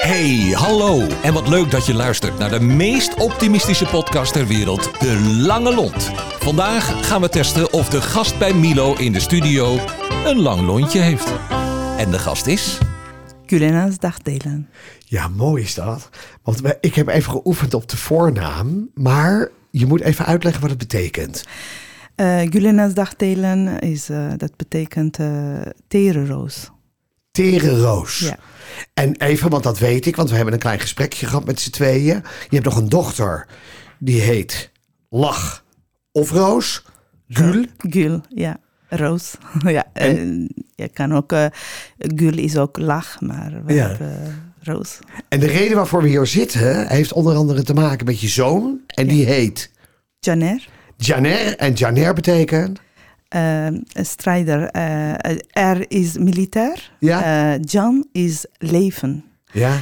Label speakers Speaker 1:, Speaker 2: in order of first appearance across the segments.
Speaker 1: Hey, hallo. En wat leuk dat je luistert naar de meest optimistische podcast ter wereld, De Lange Lont. Vandaag gaan we testen of de gast bij Milo in de studio een lang lontje heeft. En de gast is...
Speaker 2: Güllenaz Dagdelen.
Speaker 3: Ja, mooi is dat. Want ik heb even geoefend op de voornaam, maar je moet even uitleggen wat het betekent.
Speaker 2: Güllenaz Dagdelen dat betekent tere roos.
Speaker 3: Tere roos.
Speaker 2: Ja.
Speaker 3: En even, want dat weet ik, want we hebben een klein gesprekje gehad met z'n tweeën. Je hebt nog een dochter, die heet Lach of Roos. Gül.
Speaker 2: Gül, ja. Roos. Ja, je kan ook, Gül is ook lach, maar we hebben Roos.
Speaker 3: En de reden waarvoor we hier zitten, heeft onder andere te maken met je zoon. En die heet...
Speaker 2: Caner.
Speaker 3: Caner. En Caner betekent...
Speaker 2: Strijder. R is militair.
Speaker 3: Ja.
Speaker 2: Can is leven.
Speaker 3: Ja.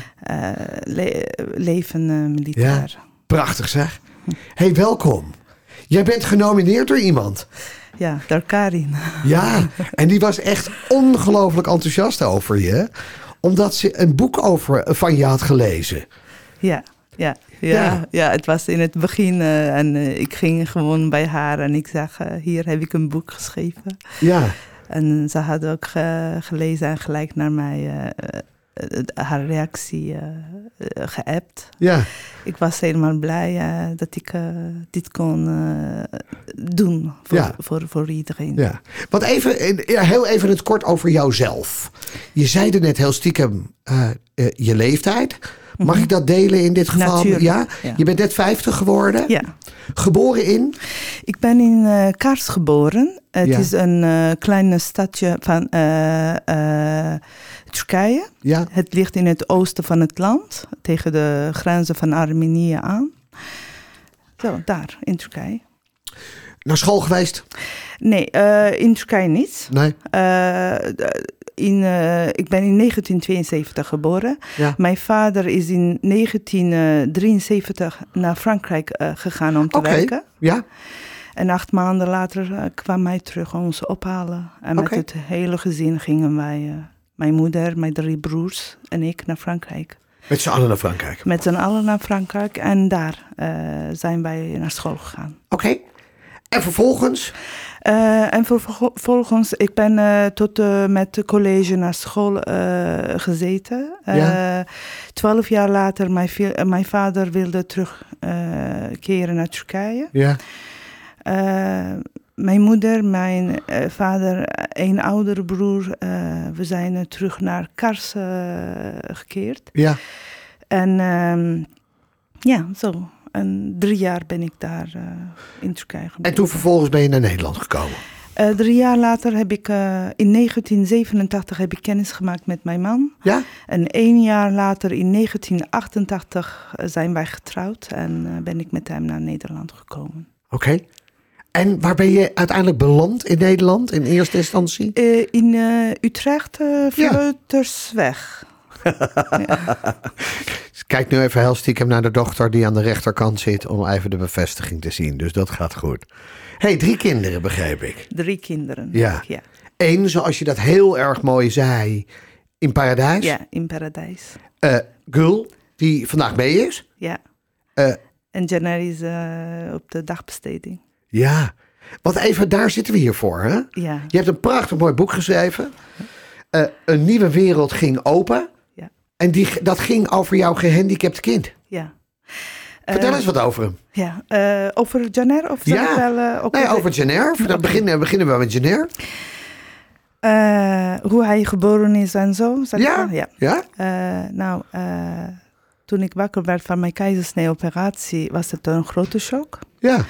Speaker 2: Leven militair.
Speaker 3: Ja. Prachtig zeg. Hey, welkom. Jij bent genomineerd door iemand.
Speaker 2: Ja, door Karin.
Speaker 3: Ja, en die was echt ongelooflijk enthousiast over je. Omdat ze een boek van je had gelezen.
Speaker 2: Ja, het was in het begin en ik ging gewoon bij haar en ik zag, hier heb ik een boek geschreven.
Speaker 3: Ja.
Speaker 2: En ze had ook gelezen en gelijk naar mij haar reactie geappt.
Speaker 3: Ja.
Speaker 2: Ik was helemaal blij dat ik dit kon doen voor iedereen.
Speaker 3: Ja. Want heel even het kort over jouzelf. Je zei er net heel stiekem je leeftijd. Mag ik dat delen in dit geval?
Speaker 2: Natuurlijk.
Speaker 3: Ja? Je bent net 50 geworden.
Speaker 2: Ja.
Speaker 3: Geboren in?
Speaker 2: Ik ben in Kars geboren. Het is een kleine stadje van Turkije.
Speaker 3: Ja.
Speaker 2: Het ligt in het oosten van het land, tegen de grenzen van Armenië aan. Zo, daar, in Turkije.
Speaker 3: Naar school geweest?
Speaker 2: Nee, in Turkije niet.
Speaker 3: Nee.
Speaker 2: Ik ben in 1972 geboren.
Speaker 3: Ja.
Speaker 2: Mijn vader is in 1973 naar Frankrijk gegaan om te werken.
Speaker 3: Ja.
Speaker 2: En 8 maanden later kwam hij terug om ons ophalen. En met het hele gezin gingen wij, mijn moeder, mijn 3 broers en ik, naar Frankrijk.
Speaker 3: Met z'n allen naar Frankrijk?
Speaker 2: Met z'n allen naar Frankrijk. En daar zijn wij naar school gegaan.
Speaker 3: Oké. En vervolgens?
Speaker 2: Vervolgens, ik ben tot met de college naar school gezeten. 12 jaar later, mijn vader wilde terugkeren naar Turkije.
Speaker 3: Ja.
Speaker 2: Mijn moeder, mijn vader, een oudere broer, we zijn terug naar Kars gekeerd.
Speaker 3: Ja.
Speaker 2: En zo. En 3 jaar ben ik daar in Turkije gebleven.
Speaker 3: En toen vervolgens ben je naar Nederland gekomen?
Speaker 2: 3 jaar later heb ik, in 1987 heb ik kennis gemaakt met mijn man.
Speaker 3: Ja?
Speaker 2: En 1 jaar later, in 1988, zijn wij getrouwd. En ben ik met hem naar Nederland gekomen.
Speaker 3: Oké. En waar ben je uiteindelijk beland in Nederland in eerste instantie?
Speaker 2: In Utrecht, Vleutersweg.
Speaker 3: Kijk nu even heel stiekem naar de dochter die aan de rechterkant zit om even de bevestiging te zien. Dus dat gaat goed. 3 kinderen, begreep ik.
Speaker 2: 3 kinderen.
Speaker 3: Ja.
Speaker 2: Ja.
Speaker 3: 1, zoals je dat heel erg mooi zei, in Paradijs.
Speaker 2: Ja, in Paradijs.
Speaker 3: Gül, die vandaag mee is.
Speaker 2: Ja. En Caner is op de dagbesteding.
Speaker 3: Ja. Want even, daar zitten we hier voor, hè?
Speaker 2: Ja.
Speaker 3: Je hebt een prachtig mooi boek geschreven. Een nieuwe wereld ging open.
Speaker 2: Ja.
Speaker 3: En dat ging over jouw gehandicapt kind.
Speaker 2: Ja.
Speaker 3: Vertel eens wat over hem.
Speaker 2: Ja, over Caner? Of
Speaker 3: over Caner. Dan beginnen we met Caner.
Speaker 2: Hoe hij geboren is en zo.
Speaker 3: Ja.
Speaker 2: Toen ik wakker werd van mijn keizersnee-operatie, was het een grote shock.
Speaker 3: Ja.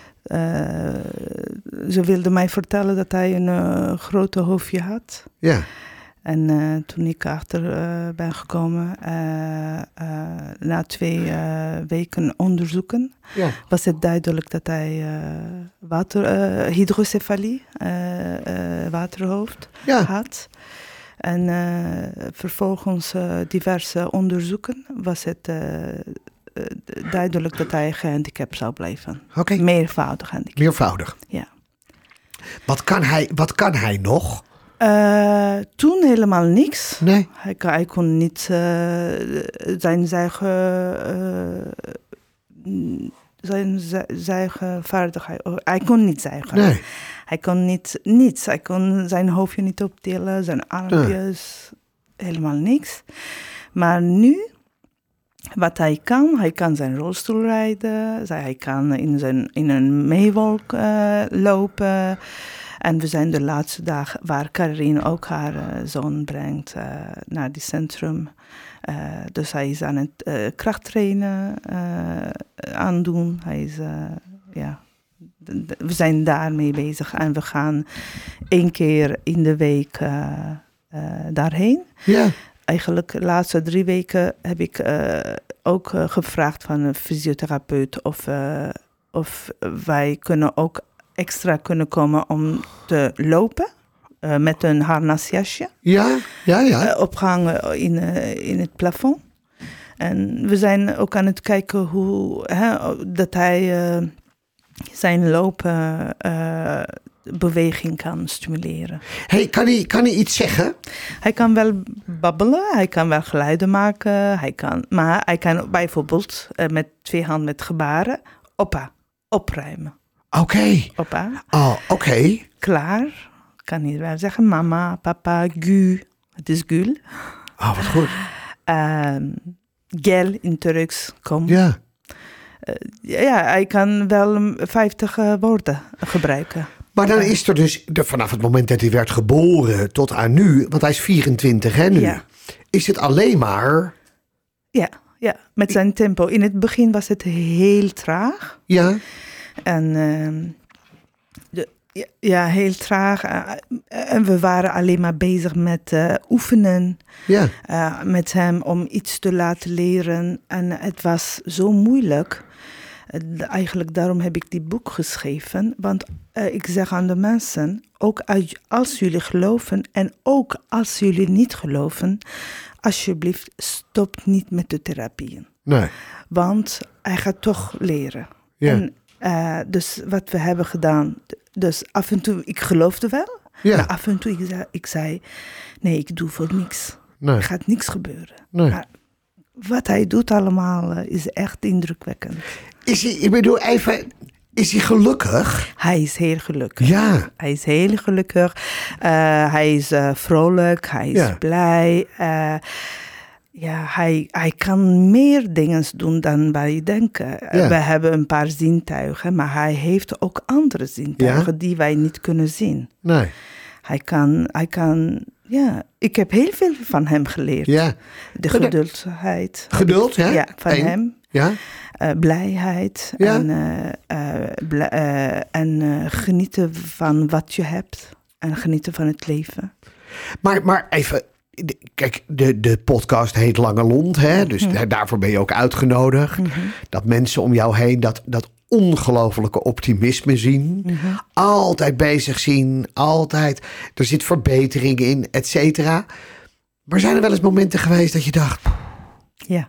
Speaker 2: Ze wilde mij vertellen dat hij een grote hoofdje had.
Speaker 3: Ja.
Speaker 2: En toen ik achter ben gekomen, na 2 weken onderzoeken, was het duidelijk dat hij hydrocefalie, waterhoofd, had. En vervolgens diverse onderzoeken was het duidelijk dat hij gehandicapt zou blijven.
Speaker 3: Okay.
Speaker 2: Meervoudig handicap.
Speaker 3: Meervoudig?
Speaker 2: Ja.
Speaker 3: Wat kan hij nog?
Speaker 2: Toen helemaal niks.
Speaker 3: Nee.
Speaker 2: Hij kon niet zijn zuigenvaardigheid. Hij kon niet zuigen.
Speaker 3: Nee.
Speaker 2: Hij kon niets. Hij kon zijn hoofdje niet optillen, zijn armpjes, helemaal niks. Maar nu, wat hij kan zijn rolstoel rijden. Hij kan in een meewolk lopen. En we zijn de laatste dag waar Karin ook haar zoon brengt naar die centrum. Dus hij is aan het krachttrainen aandoen. Hij is, we zijn daarmee bezig en we gaan 1 keer in de week daarheen.
Speaker 3: Ja.
Speaker 2: Eigenlijk de laatste 3 weken heb ik ook gevraagd van een fysiotherapeut of wij kunnen ook extra kunnen komen om te lopen met een harnasjasje.
Speaker 3: Ja.
Speaker 2: Opgehangen in het plafond. En we zijn ook aan het kijken hoe dat hij zijn loopbeweging kan stimuleren.
Speaker 3: Hey, kan hij iets zeggen?
Speaker 2: Hij kan wel babbelen, hij kan wel geluiden maken, maar hij kan bijvoorbeeld met 2 handen met gebaren opruimen.
Speaker 3: Oké.
Speaker 2: Oppa.
Speaker 3: Oh, oké.
Speaker 2: Klaar. Kan hij wel zeggen mama, papa, gu. Het is gul.
Speaker 3: Oh, wat goed.
Speaker 2: Gel in Turks, kom.
Speaker 3: Ja.
Speaker 2: Hij kan wel 50 woorden gebruiken.
Speaker 3: Maar dan is er dus, vanaf het moment dat hij werd geboren tot aan nu, want hij is 24 hè nu, is het alleen maar...
Speaker 2: Ja, met zijn tempo. In het begin was het heel traag.
Speaker 3: Ja.
Speaker 2: En heel traag. En we waren alleen maar bezig met oefenen.
Speaker 3: Ja.
Speaker 2: Met hem om iets te laten leren. En het was zo moeilijk. Eigenlijk daarom heb ik die boek geschreven. Want ik zeg aan de mensen, ook als jullie geloven en ook als jullie niet geloven, alsjeblieft stop niet met de therapieën.
Speaker 3: Nee.
Speaker 2: Want hij gaat toch leren.
Speaker 3: Ja.
Speaker 2: En dus wat we hebben gedaan, dus af en toe, ik geloofde wel.
Speaker 3: Ja.
Speaker 2: Maar af en toe, ik zei, nee, ik doe voor niks.
Speaker 3: Nee.
Speaker 2: Er gaat niks gebeuren.
Speaker 3: Nee.
Speaker 2: Maar wat hij doet allemaal is echt indrukwekkend.
Speaker 3: Is hij gelukkig?
Speaker 2: Hij is heel gelukkig.
Speaker 3: Ja.
Speaker 2: Hij is heel gelukkig. Hij is vrolijk. Hij is blij. Hij kan meer dingen doen dan wij denken.
Speaker 3: Ja.
Speaker 2: We hebben een paar zintuigen, maar hij heeft ook andere zintuigen die wij niet kunnen zien.
Speaker 3: Nee.
Speaker 2: Hij kan, ik heb heel veel van hem geleerd.
Speaker 3: Ja.
Speaker 2: De geduldheid.
Speaker 3: Geduld, hè?
Speaker 2: Ja, van hem.
Speaker 3: Ja.
Speaker 2: Blijheid.
Speaker 3: Ja.
Speaker 2: En genieten van wat je hebt. En genieten van het leven.
Speaker 3: Maar even... Kijk, de podcast heet Lange Lont, hè? Dus daarvoor ben je ook uitgenodigd. Mm-hmm. Dat mensen om jou heen dat ongelofelijke optimisme zien. Mm-hmm. Altijd bezig zien, altijd. Er zit verbetering in, et cetera. Maar zijn er wel eens momenten geweest dat je dacht...
Speaker 2: Ja.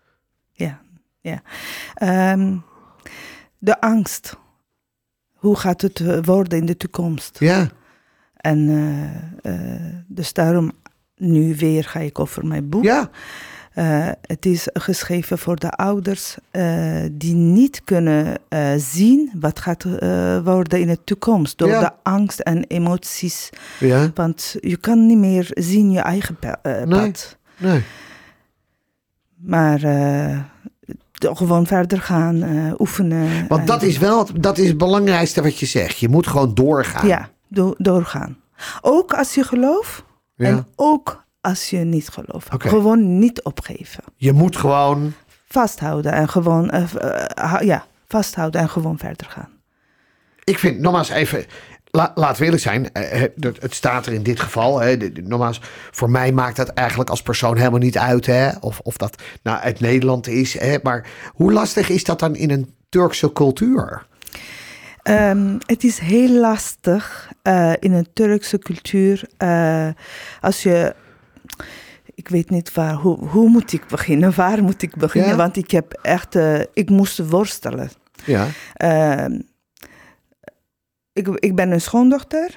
Speaker 2: De angst. Hoe gaat het worden in de toekomst?
Speaker 3: Ja.
Speaker 2: En dus daarom... Nu weer ga ik over mijn boek.
Speaker 3: Ja.
Speaker 2: Het is geschreven voor de ouders die niet kunnen zien wat gaat worden in de toekomst. Door de angst en emoties. Ja. Want je kan niet meer zien je eigen pad.
Speaker 3: Nee.
Speaker 2: Maar gewoon verder gaan, oefenen.
Speaker 3: Want dat is het belangrijkste wat je zegt. Je moet gewoon doorgaan.
Speaker 2: Ja, doorgaan. Ook als je gelooft. Ja. En ook als je niet gelooft. Okay. Gewoon niet opgeven.
Speaker 3: Je moet gewoon...
Speaker 2: Vasthouden en gewoon... vasthouden en gewoon verder gaan.
Speaker 3: Ik vind, nogmaals even... Laten we eerlijk zijn. Het staat er in dit geval. Nogmaals, voor mij maakt dat eigenlijk als persoon helemaal niet uit. Hè, of dat uit Nederland is. Hè, maar hoe lastig is dat dan in een Turkse cultuur?
Speaker 2: Het is heel lastig in een Turkse cultuur. Als je... Ik weet niet hoe moet ik beginnen? Waar moet ik beginnen? Ja. Want ik heb echt... ik moest worstelen.
Speaker 3: Ja.
Speaker 2: Ik ben een schoondochter.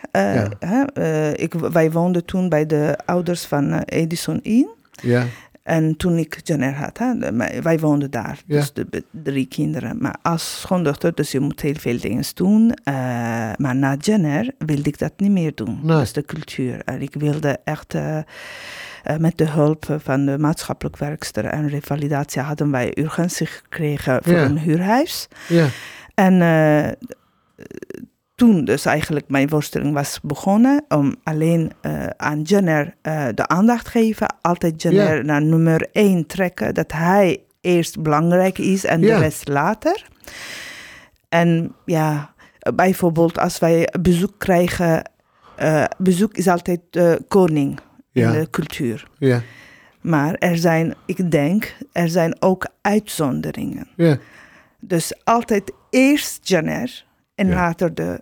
Speaker 2: Wij woonden toen bij de ouders van Edison in.
Speaker 3: Ja.
Speaker 2: En toen ik Jenner had, wij woonden daar.
Speaker 3: Ja.
Speaker 2: Dus de 3 kinderen. Maar als schoondochter, dus je moet heel veel dingen doen. Maar na Jenner wilde ik dat niet meer doen.
Speaker 3: Nee.
Speaker 2: Dat is de cultuur. En ik wilde echt... met de hulp van de maatschappelijk werkster en revalidatie hadden wij urgentie gekregen voor een huurhuis.
Speaker 3: Ja.
Speaker 2: En toen dus eigenlijk mijn voorstelling was begonnen om alleen aan Jenner de aandacht te geven. Altijd Jenner naar nummer 1 trekken. Dat hij eerst belangrijk is en de rest later. En ja, bijvoorbeeld als wij bezoek krijgen. Bezoek is altijd koning in de cultuur.
Speaker 3: Ja.
Speaker 2: Maar er zijn ook uitzonderingen.
Speaker 3: Ja.
Speaker 2: Dus altijd eerst Jenner en later de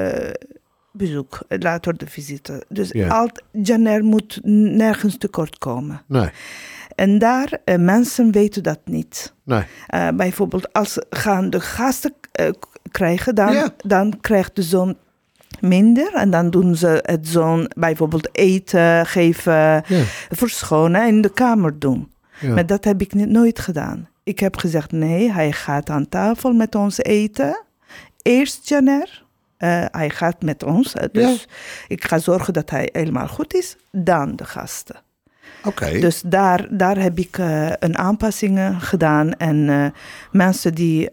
Speaker 2: bezoek, later de visite. Dus Jenner moet nergens tekort komen.
Speaker 3: Nee.
Speaker 2: En daar, mensen weten dat niet.
Speaker 3: Nee.
Speaker 2: Bijvoorbeeld als gaan de gasten krijgen, dan krijgt de zoon minder. En dan doen ze het zoon bijvoorbeeld eten, geven, verschonen en in de kamer doen. Ja. Maar dat heb ik nooit gedaan. Ik heb gezegd, nee, hij gaat aan tafel met ons eten. Eerst Jenner. Hij gaat met ons. Dus ik ga zorgen dat hij helemaal goed is. Dan de gasten.
Speaker 3: Okay.
Speaker 2: Dus daar heb ik een aanpassingen gedaan. En mensen die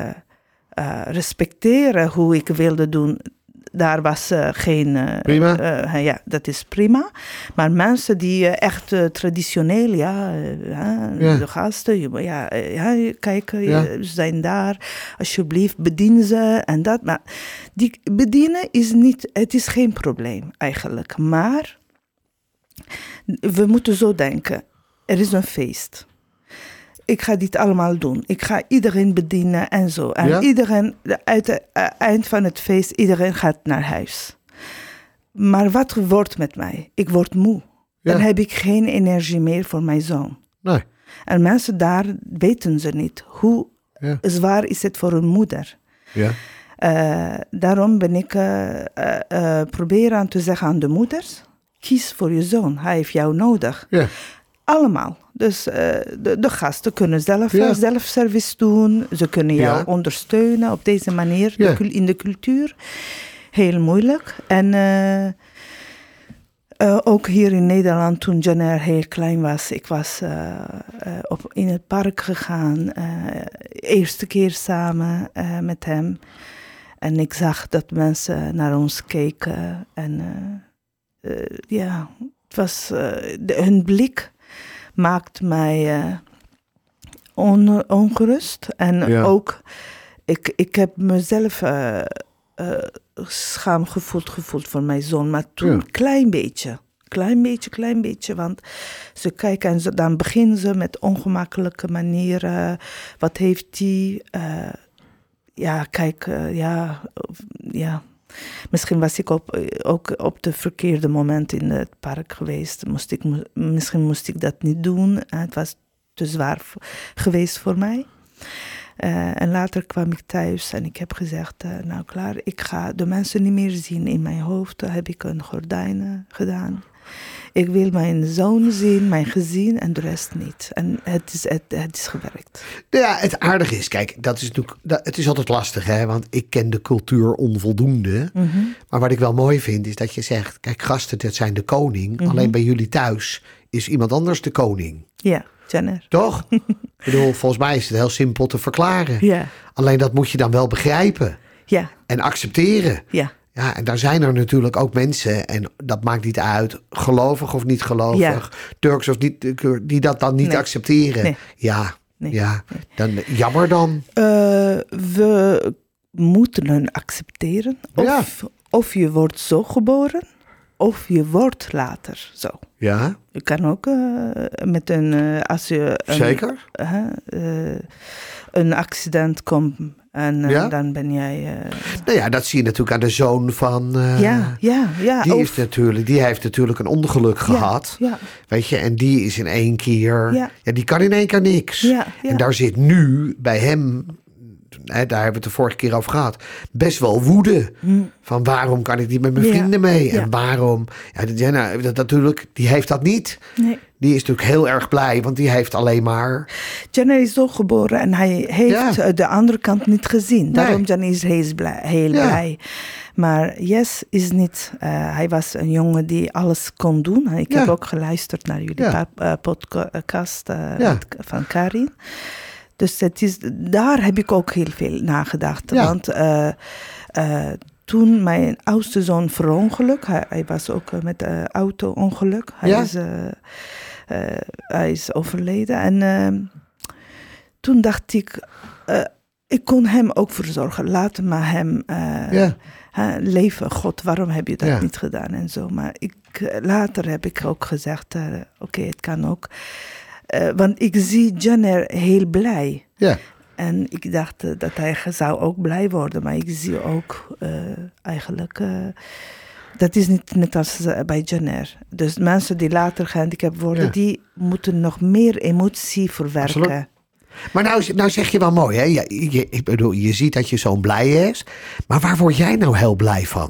Speaker 2: respecteren hoe ik wilde doen... Daar was geen...
Speaker 3: prima.
Speaker 2: Dat is prima. Maar mensen die echt traditioneel... de gasten... kijk, ze zijn daar. Alsjeblieft, bedien ze en dat. Maar die bedienen is niet... Het is geen probleem eigenlijk. Maar we moeten zo denken. Er is een feest. Ik ga dit allemaal doen. Ik ga iedereen bedienen en zo. En iedereen, uit het eind van het feest, iedereen gaat naar huis. Maar wat wordt met mij? Ik word moe. Ja. Dan heb ik geen energie meer voor mijn zoon.
Speaker 3: Nee.
Speaker 2: En mensen daar weten ze niet. Hoe zwaar is het voor een moeder?
Speaker 3: Ja.
Speaker 2: Daarom ben ik proberen aan te zeggen aan de moeders... Kies voor je zoon. Hij heeft jou nodig.
Speaker 3: Ja.
Speaker 2: Allemaal. Dus de gasten kunnen zelfservice doen. Ze kunnen jou ondersteunen op deze manier in de cultuur. Heel moeilijk. En ook hier in Nederland, toen Jenner heel klein was, ik was in het park gegaan. Eerste keer samen met hem. En ik zag dat mensen naar ons keken. En het was hun blik maakt mij ongerust. En ook, ik heb mezelf schaam gevoeld voor mijn zoon. Maar toen klein beetje. Want ze kijken en dan beginnen ze met ongemakkelijke manieren. Wat heeft hij? Misschien was ik ook op de verkeerde moment in het park geweest. Misschien moest ik dat niet doen. Het was te zwaar geweest voor mij. En later kwam ik thuis en ik heb gezegd... nou klaar, ik ga de mensen niet meer zien. In mijn hoofd heb ik een gordijn gedaan. Ik wil mijn zoon zien, mijn gezin en de rest niet. En het is gewerkt.
Speaker 3: Ja, het aardige is, kijk, het is altijd lastig, hè? Want ik ken de cultuur onvoldoende. Mm-hmm. Maar wat ik wel mooi vind, is dat je zegt... kijk, gasten, dat zijn de koning. Mm-hmm. Alleen bij jullie thuis is iemand anders de koning.
Speaker 2: Ja, Jenner.
Speaker 3: Toch? Ik bedoel, volgens mij is het heel simpel te verklaren.
Speaker 2: Ja.
Speaker 3: Alleen dat moet je dan wel begrijpen.
Speaker 2: Ja.
Speaker 3: En accepteren.
Speaker 2: Ja.
Speaker 3: Ja, en daar zijn er natuurlijk ook mensen, en dat maakt niet uit, gelovig of niet gelovig, Turks of niet, die dat dan niet accepteren. Nee. Ja, dan jammer dan.
Speaker 2: We moeten het accepteren. Of je wordt zo geboren, of je wordt later zo.
Speaker 3: Ja.
Speaker 2: Je kan ook met als je
Speaker 3: zeker
Speaker 2: een accident komt. En dan ben jij...
Speaker 3: Nou ja, dat zie je natuurlijk aan de zoon van... Die heeft natuurlijk een ongeluk gehad. Ja. Weet je, en die is in één keer... Ja, die kan in één keer niks. Ja. En daar zit nu bij hem daar hebben we het de vorige keer over gehad, best wel woede. Van waarom kan ik niet met mijn vrienden mee? En waarom? Ja, Jenna, natuurlijk, die heeft dat niet.
Speaker 2: Nee.
Speaker 3: Die is natuurlijk heel erg blij, want die heeft alleen maar...
Speaker 2: Jenner is zo geboren en hij heeft de andere kant niet gezien. Daarom Jenner is heel blij. Maar Yes is niet... hij was een jongen die alles kon doen. Ik heb ook geluisterd naar jullie podcast van Karin. Dus daar heb ik ook heel veel nagedacht. Ja. Want toen mijn oudste zoon verongeluk... Hij was ook met een auto-ongeluk. Hij is overleden. En toen dacht ik... ik kon hem ook verzorgen. Laat me hem leven. God, waarom heb je dat niet gedaan? En zo. Maar later heb ik ook gezegd... Oké, het kan ook. Want ik zie Jenner heel blij. Ja. En ik dacht dat hij zou ook blij worden. Maar ik zie ook eigenlijk... dat is niet net als bij Jenner. Dus mensen die later gehandicapt worden... die moeten nog meer emotie verwerken. Absoluut.
Speaker 3: Maar nou zeg je wel mooi, hè? Ik bedoel, je ziet dat je zo'n blij is. Maar waar word jij nou heel blij van?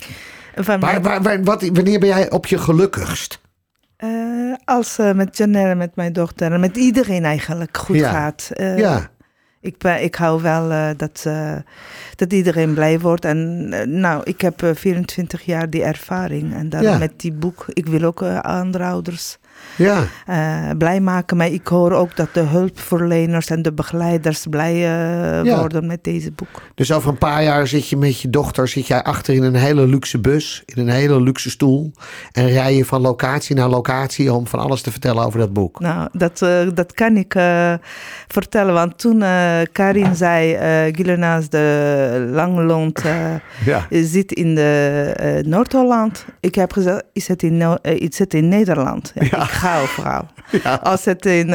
Speaker 3: Wanneer ben jij op je gelukkigst?
Speaker 2: Als met Jenner en met mijn dochter en met iedereen eigenlijk goed gaat. Ik hou wel dat iedereen blij wordt. En ik heb 24 jaar die ervaring. En daarom met die boek, ik wil ook andere ouders blij maken. Maar ik hoor ook dat de hulpverleners en de begeleiders blij worden met deze boek.
Speaker 3: Dus over een paar jaar zit je met je dochter, zit jij achter in een hele luxe bus, in een hele luxe stoel. En rij je van locatie naar locatie om van alles te vertellen over dat boek.
Speaker 2: Nou, dat kan ik vertellen. Want toen Karin zei, Gillenaas de Langelont zit in de Noord-Holland. Ik heb gezegd, ik zit in Nederland. Ja. Ik ga overal. Ja. Als het in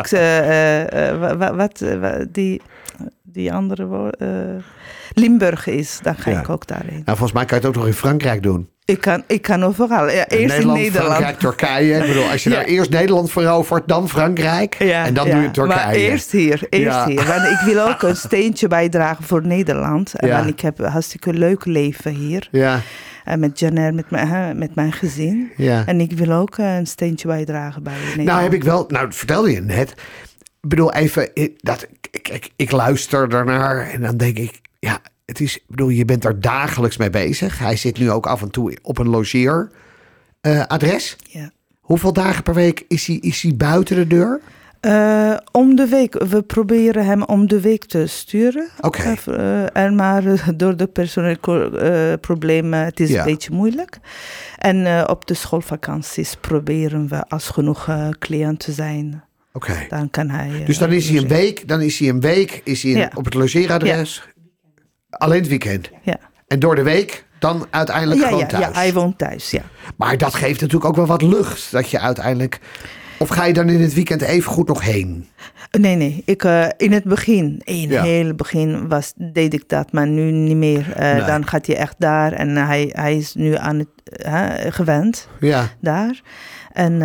Speaker 2: die andere woord, Limburg is, dan ga ik ook daarheen.
Speaker 3: Nou, volgens mij kan je het ook nog in Frankrijk doen.
Speaker 2: Ik kan overal. Ja, eerst in Nederland.
Speaker 3: Frankrijk, Turkije. Ik bedoel, als je daar eerst Nederland verovert, dan Frankrijk. En dan doe je Turkije.
Speaker 2: Maar eerst hier. Want ik wil ook een steentje bijdragen voor Nederland. Want ik heb een hartstikke leuk leven hier. Ja. Met Jenner, met mijn gezin. Ja. En ik wil ook een steentje bijdragen bij Nederland.
Speaker 3: Nou, vertelde je net. Ik bedoel, even, ik luister daarnaar en dan denk ik, het is, je bent er dagelijks mee bezig. Hij zit nu ook af en toe op een logeeradres.
Speaker 2: Ja.
Speaker 3: Hoeveel dagen per week is hij buiten de deur?
Speaker 2: Om de week. We proberen hem om de week te sturen.
Speaker 3: Oké.
Speaker 2: Maar door de personele problemen, het is een beetje moeilijk. En op de schoolvakanties proberen we als genoeg cliënten zijn.
Speaker 3: Oké.
Speaker 2: Dan kan hij...
Speaker 3: Dus dan is hij een week op het logeeradres. Ja. Alleen het weekend?
Speaker 2: Ja.
Speaker 3: En door de week dan uiteindelijk gewoon thuis? Ja,
Speaker 2: hij woont thuis, ja.
Speaker 3: Maar dat geeft natuurlijk ook wel wat lucht. Dat je uiteindelijk... Of ga je dan in het weekend even goed nog heen?
Speaker 2: Nee. In het begin, heel begin deed ik dat, maar nu niet meer. Dan gaat hij echt daar en hij is nu aan het gewend daar. En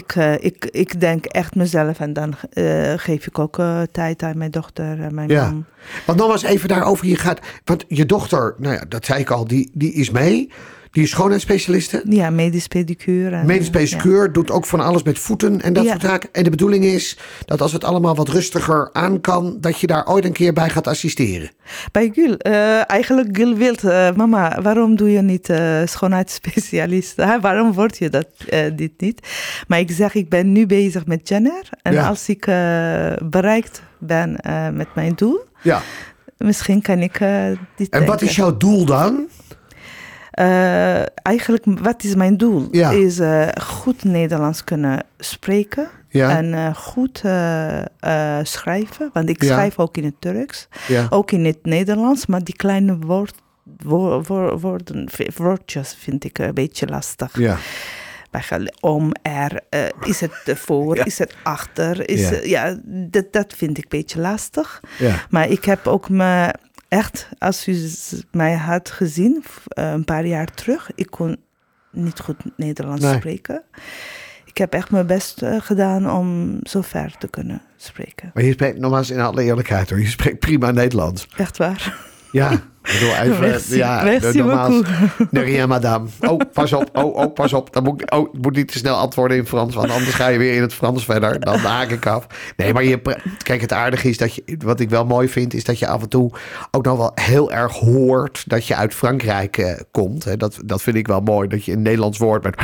Speaker 2: ik denk echt mezelf en dan geef ik ook tijd aan mijn dochter en mijn man.
Speaker 3: Want nog eens even daarover. Want je dochter, dat zei ik al, die is mee. Die is schoonheidsspecialiste?
Speaker 2: Ja, medisch pedicure.
Speaker 3: Medisch pedicure, doet ook van alles met voeten en dat soort zaken. En de bedoeling is dat als het allemaal wat rustiger aan kan, dat je daar ooit een keer bij gaat assisteren.
Speaker 2: Bij Gül, eigenlijk Gül wil, mama, waarom doe je niet schoonheidsspecialist? Waarom word je dit niet? Maar ik zeg, ik ben nu bezig met Jenner. En als ik bereikt ben met mijn doel, misschien kan ik dit
Speaker 3: En wat is jouw doel dan?
Speaker 2: Eigenlijk, wat is mijn doel? Is goed Nederlands kunnen spreken en goed schrijven. Want ik schrijf ook in het Turks, ook in het Nederlands, maar die kleine woordjes vind ik een beetje lastig. Ja. Om, is het ervoor, is het achter, dat vind ik een beetje lastig. Ja. Maar ik heb ook echt, als u mij had gezien, een paar jaar terug, ik kon niet goed Nederlands spreken. Ik ik heb echt mijn best gedaan om zo ver te kunnen spreken.
Speaker 3: Maar je spreekt, nogmaals in alle eerlijkheid hoor, je spreekt prima Nederlands.
Speaker 2: Echt waar.
Speaker 3: Ja, ik bedoel even...
Speaker 2: Merci beaucoup.
Speaker 3: De rien, madame. Oh, pas op. Oh, pas op. Dan moet niet te snel antwoorden in Frans, want anders ga je weer in het Frans verder. Dan haak ik af. Nee, maar kijk, het aardige is wat ik wel mooi vind, is dat je af en toe ook nog wel heel erg hoort dat je uit Frankrijk komt. Hè. Dat vind ik wel mooi, dat je een Nederlands woord met...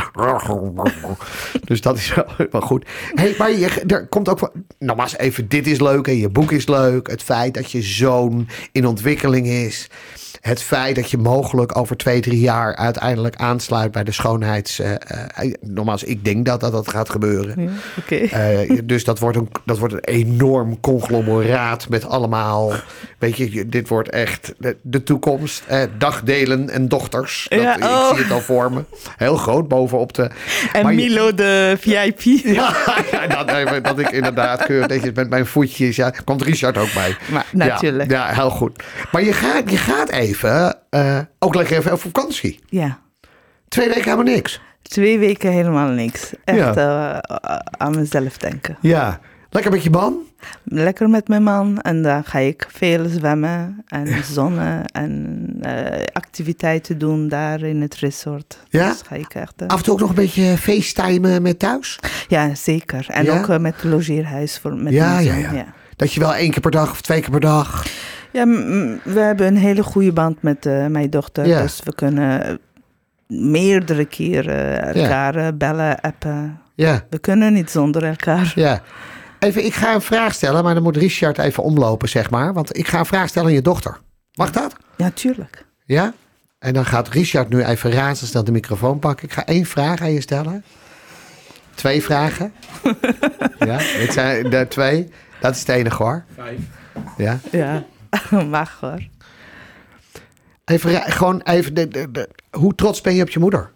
Speaker 3: Dus dat is wel goed. Hey, maar er komt ook wel... Nogmaals even, dit is leuk en je boek is leuk. Het feit dat je zoon in ontwikkeling is. Het feit dat je mogelijk over 2-3 jaar uiteindelijk aansluit bij de schoonheids... nogmaals, ik denk dat gaat gebeuren.
Speaker 2: Ja, okay.
Speaker 3: Dus dat wordt een enorm conglomeraat met allemaal... Weet je, dit wordt echt de toekomst. Dagdelen en dochters. Ik zie het al voor me. Heel groot bovenop de...
Speaker 2: En Milo de VIP.
Speaker 3: Ja, dat ik inderdaad keurig met mijn voetjes... Ja, komt Richard ook bij.
Speaker 2: Maar, natuurlijk.
Speaker 3: Ja, heel goed. Maar je gaat even... ook lekker even op vakantie.
Speaker 2: Ja.
Speaker 3: 2 weken helemaal niks.
Speaker 2: 2 weken helemaal niks. Echt aan mezelf denken.
Speaker 3: Ja. Lekker met je man?
Speaker 2: Lekker met mijn man. En dan ga ik veel zwemmen en zonnen en activiteiten doen daar in het resort.
Speaker 3: Ja?
Speaker 2: Dus ga ik echt,
Speaker 3: af en toe ook nog een beetje facetimen met thuis?
Speaker 2: Ja, zeker. En ook met het logeerhuis met mijn zoon. Ja.
Speaker 3: Dat je wel 1 keer per dag of 2 keer per dag...
Speaker 2: Ja, we hebben een hele goede band met mijn dochter. Ja. Dus we kunnen meerdere keren elkaar bellen, appen. Ja. We kunnen niet zonder elkaar.
Speaker 3: Ja. Even, ik ga een vraag stellen, maar dan moet Richard even omlopen, zeg maar. Want ik ga een vraag stellen aan je dochter. Mag dat?
Speaker 2: Ja, tuurlijk.
Speaker 3: Ja? En dan gaat Richard nu even razendsnel de microfoon pakken. Ik ga 1 vraag aan je stellen. 2 vragen. Ja, dit zijn de 2. Dat is het enige hoor.
Speaker 4: 5.
Speaker 3: Ja?
Speaker 2: Ja. Mag hoor.
Speaker 3: Even, hoe trots ben je op je moeder?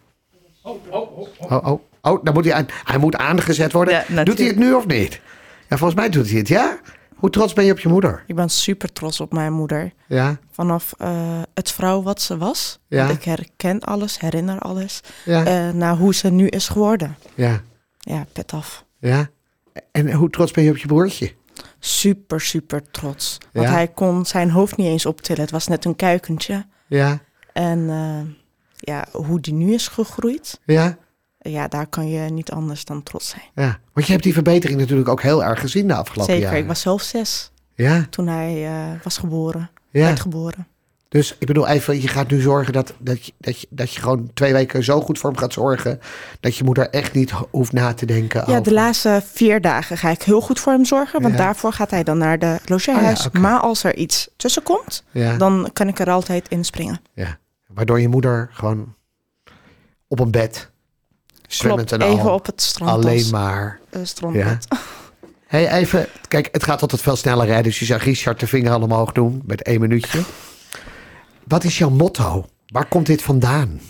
Speaker 3: Dan moet hij moet aangezet worden. Ja, doet hij het nu of niet? Ja, volgens mij doet hij het, ja? Hoe trots ben je op je moeder?
Speaker 4: Ik ben super trots op mijn moeder.
Speaker 3: Ja?
Speaker 4: Vanaf het vrouw wat ze was.
Speaker 3: Ja?
Speaker 4: Want ik herken alles, herinner alles. Ja? Naar hoe ze nu is geworden.
Speaker 3: Ja?
Speaker 4: Ja, pet af.
Speaker 3: Ja? En hoe trots ben je op je broertje?
Speaker 4: Super, super trots. Want hij kon zijn hoofd niet eens optillen. Het was net een kuikentje.
Speaker 3: Ja.
Speaker 4: En hoe die nu is gegroeid.
Speaker 3: Ja.
Speaker 4: Ja, daar kan je niet anders dan trots zijn.
Speaker 3: Ja, want je hebt die verbetering natuurlijk ook heel erg gezien de afgelopen jaren.
Speaker 4: Zeker, ik was zelf 6.
Speaker 3: Ja.
Speaker 4: Toen hij was geboren.
Speaker 3: Ja.
Speaker 4: Werd geboren.
Speaker 3: Dus ik bedoel even, je gaat nu zorgen dat je gewoon 2 weken zo goed voor hem gaat zorgen... dat je moeder echt niet hoeft na te denken over...
Speaker 4: Ja, de laatste 4 dagen ga ik heel goed voor hem zorgen. Want daarvoor gaat hij dan naar de logeerhuis. Okay. Maar als er iets tussen komt, dan kan ik er altijd in springen.
Speaker 3: Ja, waardoor je moeder gewoon op een bed... zwemmend en
Speaker 4: even op het strand.
Speaker 3: Alleen maar...
Speaker 4: strandbed.
Speaker 3: Ja. Hey, even... Kijk, het gaat altijd veel sneller, hè? Dus je zag Richard de vinger al omhoog doen met 1 minuutje. Wat is jouw motto? Waar komt dit vandaan?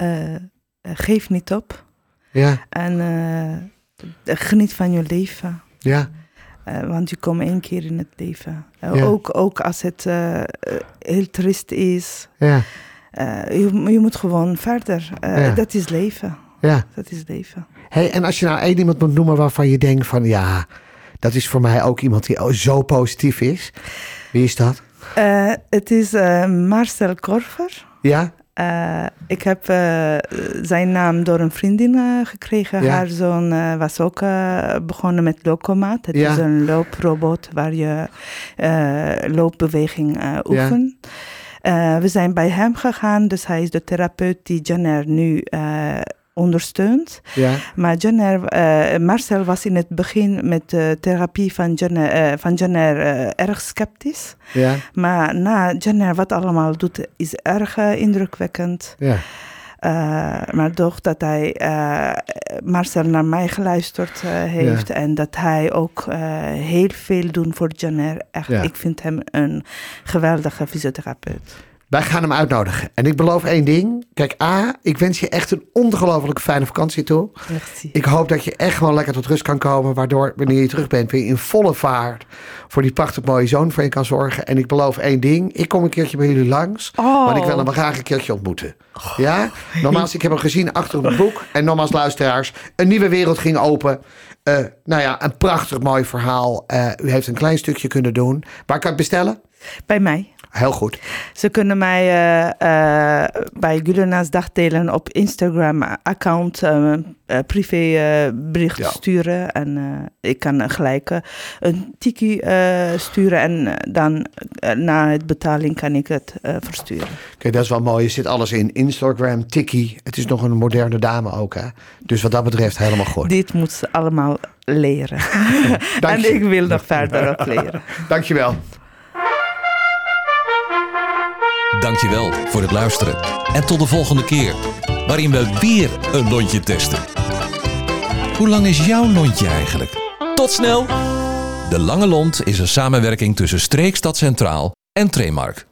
Speaker 2: Geef niet op.
Speaker 3: Ja.
Speaker 2: En geniet van je leven.
Speaker 3: Ja.
Speaker 2: Want je komt 1 keer in het leven. Ook als het heel triest is.
Speaker 3: Ja.
Speaker 2: Je moet gewoon verder. Dat is leven.
Speaker 3: Ja.
Speaker 2: Dat is leven.
Speaker 3: Hey, en als je nou 1 iemand moet noemen waarvan je denkt van... ja, dat is voor mij ook iemand die zo positief is. Wie is dat?
Speaker 2: Het is Marcel Korver.
Speaker 3: Ja?
Speaker 2: Ik heb zijn naam door een vriendin gekregen. Ja. Haar zoon was ook begonnen met Lokomat. Het is een looprobot waar je loopbeweging oefent. We zijn bij hem gegaan, dus hij is de therapeut die Jenner nu ondersteunt. Ja. Maar Marcel was in het begin met de therapie van Jenner erg sceptisch. Ja. Maar na Jenner wat allemaal doet, is erg indrukwekkend. Ja. Maar toch dat hij Marcel naar mij geluisterd heeft en dat hij ook heel veel doet voor Jenner. Echt, ik vind hem een geweldige fysiotherapeut.
Speaker 3: Wij gaan hem uitnodigen. En ik beloof 1 ding. Kijk, ik wens je echt een ongelooflijk fijne vakantie toe.
Speaker 2: Merci.
Speaker 3: Ik hoop dat je echt gewoon lekker tot rust kan komen. Waardoor, wanneer je terug bent, weer in volle vaart voor die prachtig mooie zoon voor je kan zorgen. En ik beloof 1 ding. Ik kom een keertje bij jullie langs. Want ik wil hem graag een keertje ontmoeten. Ja? Nogmaals, ik heb hem gezien achter op het boek. En nogmaals, luisteraars, een nieuwe wereld ging open. Een prachtig mooi verhaal. U heeft een klein stukje kunnen doen. Waar kan ik bestellen?
Speaker 2: Bij mij.
Speaker 3: Heel goed.
Speaker 2: Ze kunnen mij bij Güllena's Dag delen op Instagram-account privé bericht sturen. En ik kan gelijk een tikkie sturen. En dan na het betaling kan ik het versturen.
Speaker 3: Kijk, dat is wel mooi. Je zit alles in. Instagram, tikkie. Het is nog een moderne dame ook, hè? Dus wat dat betreft helemaal goed.
Speaker 2: Dit moet ze allemaal leren. En ik wil nog verder op leren.
Speaker 3: Dankjewel.
Speaker 1: Dankjewel voor het luisteren. En tot de volgende keer, waarin we weer een lontje testen. Hoe lang is jouw lontje eigenlijk? Tot snel! De Lange Lont is een samenwerking tussen Streekstad Centraal en Tremark.